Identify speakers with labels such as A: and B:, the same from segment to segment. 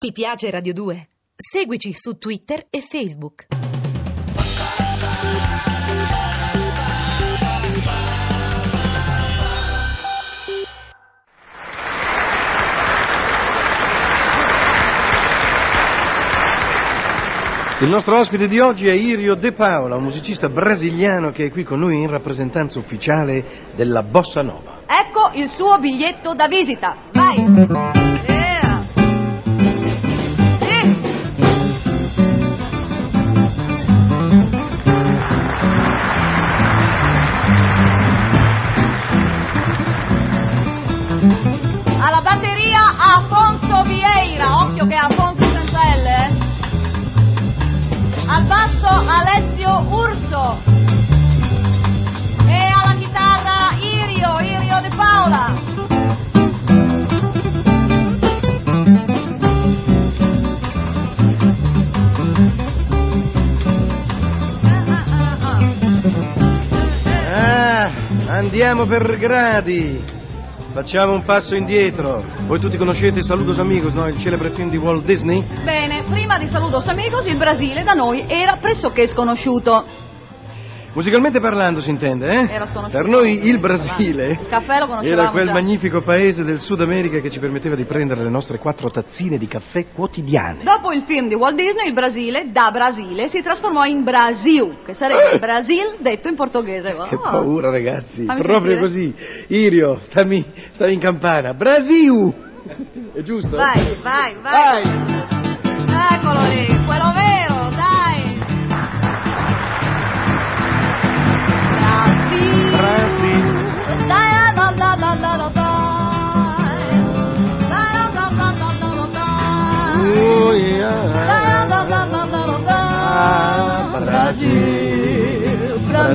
A: Ti piace Radio 2? Seguici su Twitter e Facebook.
B: Il nostro ospite di oggi è Irio De Paula, un musicista brasiliano che è qui con noi in rappresentanza ufficiale della Bossa Nova.
C: Ecco il suo biglietto da visita. Vai! Alla batteria Afonso Vieira, occhio che è Afonso senza L. Al basso Alessio Urso. E alla chitarra Irio De Paula.
B: Andiamo per gradi. Facciamo un passo indietro. Voi tutti conoscete Saludos Amigos, no? Il celebre film di Walt Disney?
C: Bene, prima di Saludos Amigos il Brasile da noi era pressoché sconosciuto.
B: Musicalmente parlando si intende, eh?
C: Era sconosciuto.
B: Per noi il Brasile
C: Il caffè lo conoscevamo
B: era quel
C: già.
B: magnifico paese del Sud America che ci permetteva di prendere le nostre 4 tazzine di caffè quotidiane.
C: Dopo il film di Walt Disney, il Brasile, da Brasile, si trasformò in Brasil, che sarebbe Brasil detto in portoghese.
B: Che paura, ragazzi.
C: Fammi
B: Proprio
C: sentire.
B: così. Irio, stavi in campana. Brasil! È giusto?
C: Vai. Eccolo lì, quello vero, dai.
B: Brasil.
C: Dai,
B: Oh, yeah.
C: Brasil, pra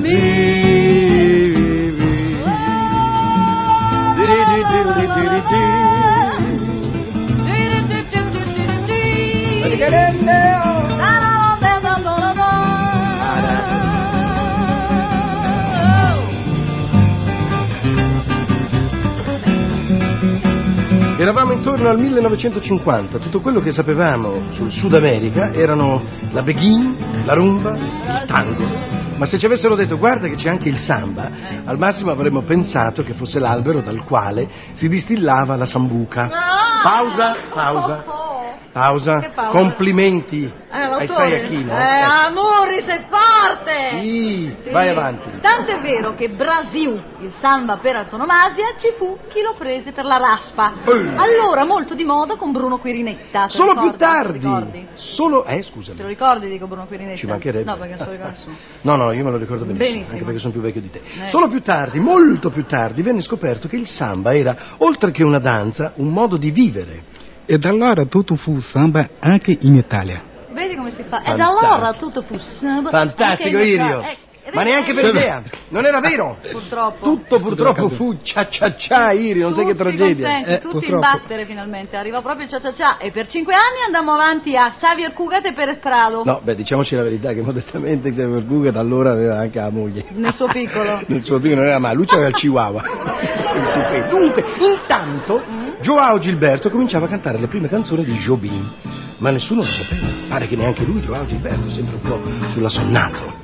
B: Eravamo intorno al 1950, tutto quello che sapevamo sul Sud America erano la beguine, la rumba, il tango. Ma se ci avessero detto guarda che c'è anche il samba, al massimo avremmo pensato che fosse l'albero dal quale si distillava la sambuca. Pausa.
C: Che pausa?
B: Complimenti ai sei Achille.
C: Amore, sei forte!
B: Sì, vai avanti.
C: Tant'è vero che Brasil, il samba per antonomasia, ci fu chi lo prese per la raspa. Allora molto di moda con Bruno Quirinetta.
B: Solo
C: ricordi?
B: più tardi.
C: Te lo ricordi?
B: Scusami.
C: Te lo ricordi, dico, Bruno Quirinetta?
B: Ci mancherebbe.
C: No, perché non se lo ricordo nessuno.
B: No, io me lo ricordo benissimo, anche perché sono più vecchio di te. Solo più tardi, molto più tardi, venne scoperto che il samba era, oltre che una danza, un modo di vivere.
D: E da allora tutto fu samba anche in Italia.
C: Vedi come si fa?
B: Fantastico.
C: E da allora tutto fu samba.
B: Fantastico,
C: anche in
B: Irio.
C: Italia.
B: Ma neanche per idea. Non era vero.
C: Purtroppo.
B: Tutto purtroppo fu cia Irio, non sai che tragedia.
C: Contenti, tutti in
D: purtroppo.
C: battere finalmente. Arrivò proprio il cia. E per 5 anni andammo avanti a Xavier Cugat e Perez Prado.
B: No, diciamoci la verità che modestamente Xavier Cugat allora aveva anche la moglie.
C: Nel suo piccolo.
B: Nel suo piccolo non era mai, lui c'aveva il chihuahua. Dunque, intanto Joao Gilberto cominciava a cantare le prime canzoni di Jobim, ma nessuno lo sapeva. Pare che neanche lui, Joao Gilberto, sempre un po' sull'assonnato.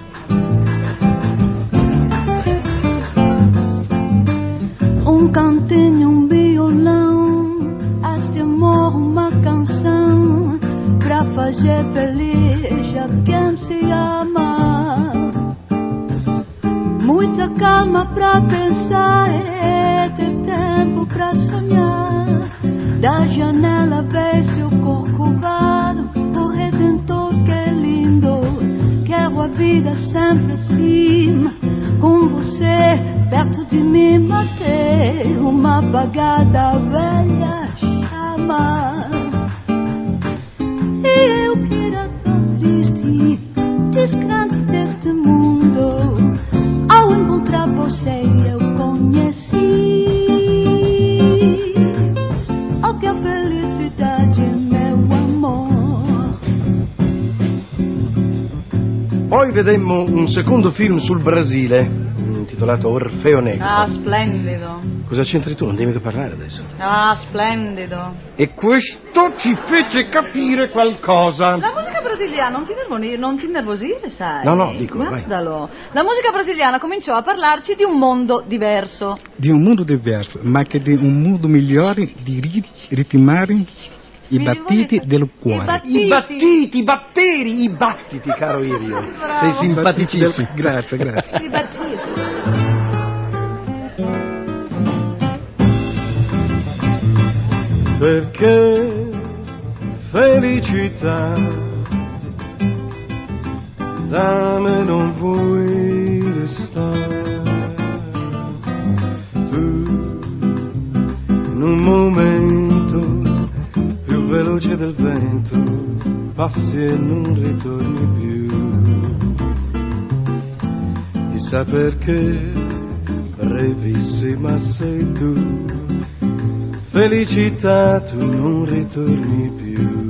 E: Um cantinho, violão, este amor, uma canção pra fazer feliz a quem se ama. Muita calma pra pensar e ter tempo pra sonhar. Da janela vê-se o Corcovado, o Redentor que é lindo. Quero a vida sempre assim, com você perto de mim, matei uma apagada velha chama. E eu que era tão triste, descrente deste mundo, ao encontrar você eu conheci. Oh, que felicidade, meu amor.
B: Poi vedemmo un secondo film sul Brasile, intitolato Orfeo Negro.
C: Ah, splendido.
B: Cosa c'entri tu? Non devi mica parlare adesso.
C: Ah, splendido.
B: E questo ci fece capire qualcosa.
C: La musica brasiliana non ti innervosire, sai?
B: No, dico,
C: guardalo. Vai. La musica brasiliana cominciò a parlarci di un mondo diverso.
D: Di un mondo diverso, ma che di un modo migliore di ritmare i battiti del cuore.
B: I batteri, i battiti, caro Irio. Sei simpaticissimo.
D: Grazie.
C: I battiti.
B: Perché felicità da me non vuoi restare tu in un momento più veloce del vento passi e non ritorni più, chissà perché brevissima sei tu, felicità tu non ritorni più.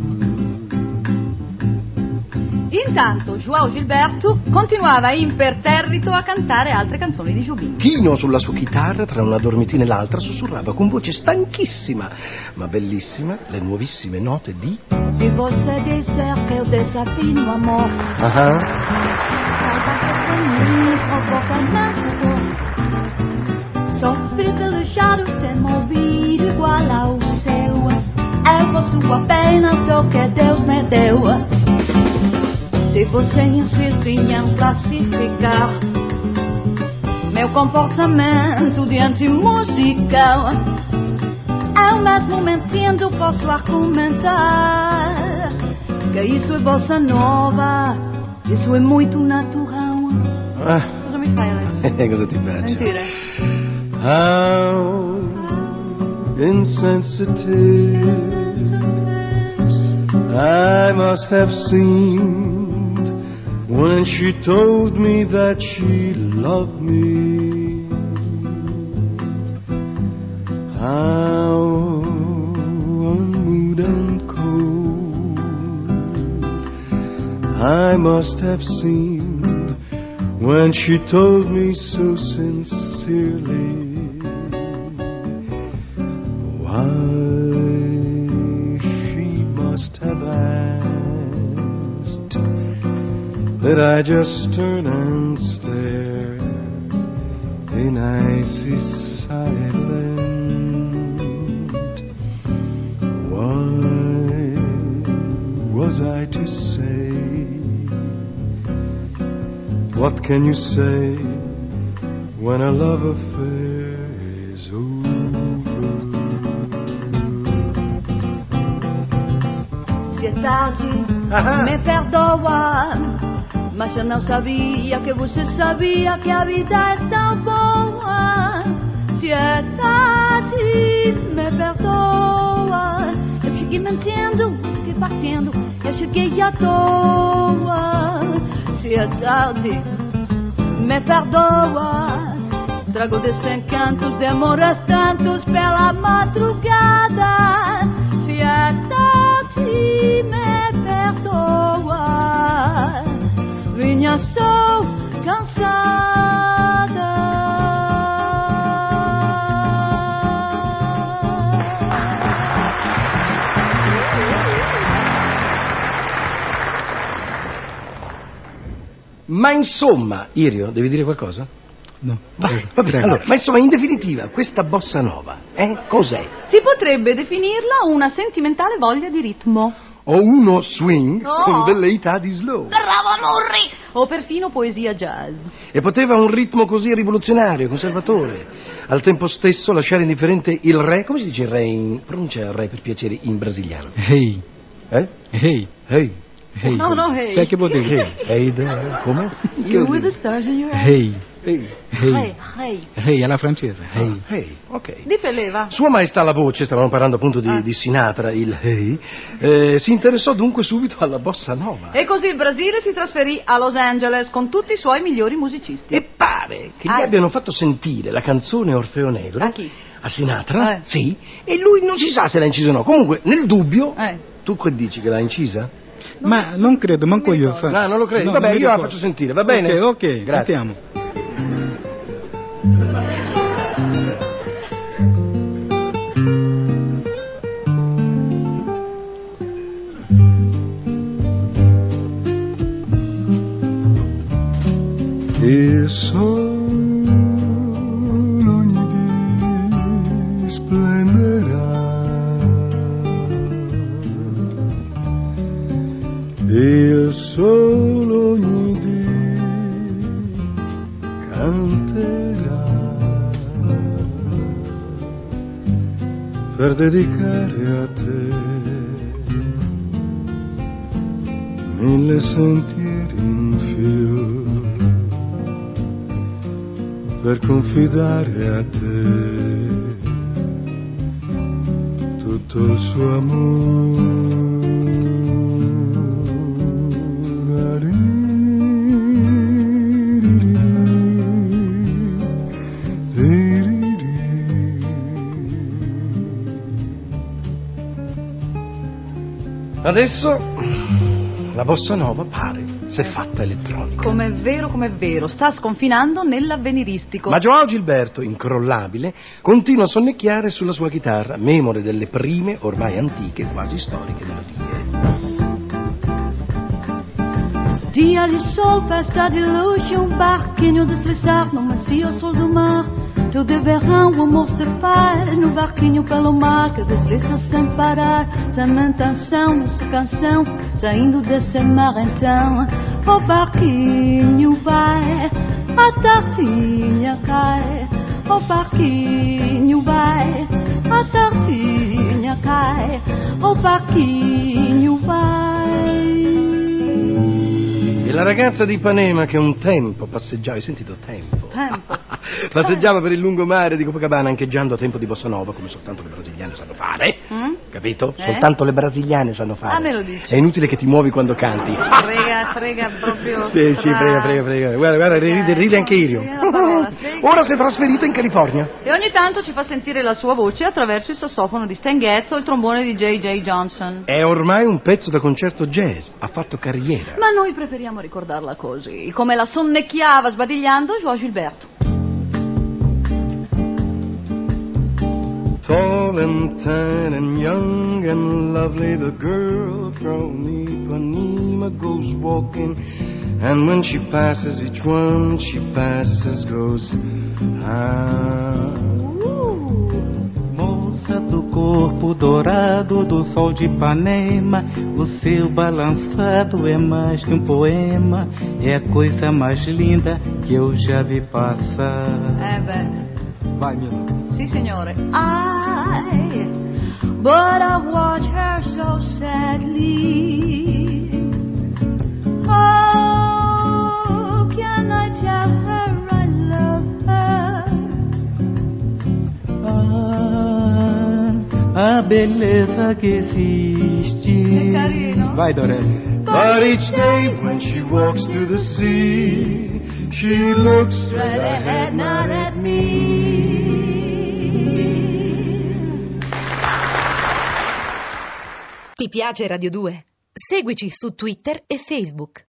C: Intanto João Gilberto continuava imperterrito a cantare altre canzoni di Jobim.
B: Chino sulla sua chitarra, tra una dormitina e l'altra, sussurrava con voce stanchissima ma bellissima le nuovissime note di
E: Se você disser que eu desafio no amor, saiba que pra mim provoca imensa dor. Sofrer pelejado sem ouvir igual ao seu. Eu vou sua pena, só que Deus me deu. Se você insiste em classificar meu comportamento de anti-musical, eu mesmo mentindo posso argumentar que isso é bossa nova, isso é muito natural. Cosa mi fai adesso?
B: Cosa ti piace?
C: Mentire.
B: How insensitive I must have seemed when she told me that she loved me. How unmoved and cold I must have seemed when she told me so sincerely. Why she must have asked that I just turn and stare in icy silence. What was I to say? What can you say when a love affair is over?
E: Se é tarde, me perdoa, mas eu não sabia que você sabia que a vida é tão boa. Se é tarde, me perdoa, eu cheguei mentindo, cheguei batendo, eu cheguei à toa. Se é tarde, me perdoa, trago desencantos, demoras tantos pela madrugada. Se é tarde, me perdoa, vinha só cansada.
B: Ma insomma, Irio, devi dire qualcosa?
D: No.
B: Vai, va bene. Allora, ma insomma, in definitiva, questa bossa nova, cos'è?
C: Si potrebbe definirla una sentimentale voglia di ritmo.
B: O uno swing
C: No.
B: con velleità di slow.
C: Bravo, Murri! O perfino poesia jazz.
B: E poteva un ritmo così rivoluzionario, conservatore, al tempo stesso lasciare indifferente il re. Come si dice il re in... pronuncia il re per piacere in brasiliano.
D: Hey.
B: Hey.
C: No, hey.
D: Sai che vuol dire?
B: Hey there. Come?
C: You with the stars in your eyes.
D: Hey.
B: Hey.
D: Hey, alla francese. Hey.
B: Hey, ok.
C: Dipendeva.
B: Sua Maestà la voce, stavamo parlando appunto di Sinatra, il hey, si interessò dunque subito alla bossa nova.
C: E così il Brasile si trasferì a Los Angeles con tutti i suoi migliori musicisti.
B: E pare che gli abbiano fatto sentire la canzone Orfeo Negro.
C: A chi?
B: A Sinatra, sì, e lui non si sa se l'ha incisa o no. Comunque, nel dubbio, tu che dici che l'ha incisa?
D: Ma non credo, manco io.
B: No, non lo credo. Vabbè, io la faccio sentire, va bene?
D: Ok,
B: grazie.
D: sentiamo.
B: per dedicare a te 1000 sentieri in filo, per confidare a te tutto il suo amore. Adesso la bossa nova pare s'è fatta elettronica.
C: Com'è vero, sta sconfinando nell'avveniristico.
B: Ma Joao Gilberto, incrollabile, continua a sonnecchiare sulla sua chitarra, memore delle prime, ormai antiche, quasi storiche melodie.
E: Dia de sol, festa de luz, barquinho deslizar no macio sol do mar. Todo verão o amor se faz no barquinho pelo mar que desliza sem parar. Sem intenção, nossa canção, saindo desse mar então. O barquinho vai, a tardinha cai. O barquinho vai, a tardinha cai. O barquinho vai.
B: E la ragazza di Ipanema che un tempo passeggiava, hai sentito tempo? Passeggiava per il lungomare di Copacabana ancheggiando a tempo di bossa nova come soltanto le brasiliane sanno fare. Capito? Soltanto le brasiliane sanno fare.
C: Ah, me lo dici.
B: È inutile che ti muovi quando canti.
C: Frega proprio.
B: Sì, frega. Guarda, ride anche Irio. Ora si è trasferito in California.
C: E ogni tanto ci fa sentire la sua voce attraverso il sassofono di Stan Getz o il trombone di J.J. Johnson.
B: È ormai un pezzo da concerto jazz, ha fatto carriera.
C: Ma noi preferiamo ricordarla così, come la sonnecchiava sbadigliando Joao Gilberto.
B: Tall and tan and young and lovely, the girl from Ipanema goes walking, and when she passes each one she passes goes
D: Moça do corpo dourado do sol de Ipanema, o seu balançado é mais que um poema, é a coisa mais linda que eu já vi passar. Vai, Mila.
C: Sì, signore.
E: But I watch her so sadly. How can I tell her I love her?
D: A beleza que existe.
C: Carino.
D: Vai, Dorelli.
B: But each day when she walks to the sea, she looks straight ahead, not at me.
A: Ti piace Radio 2? Seguici su Twitter e Facebook.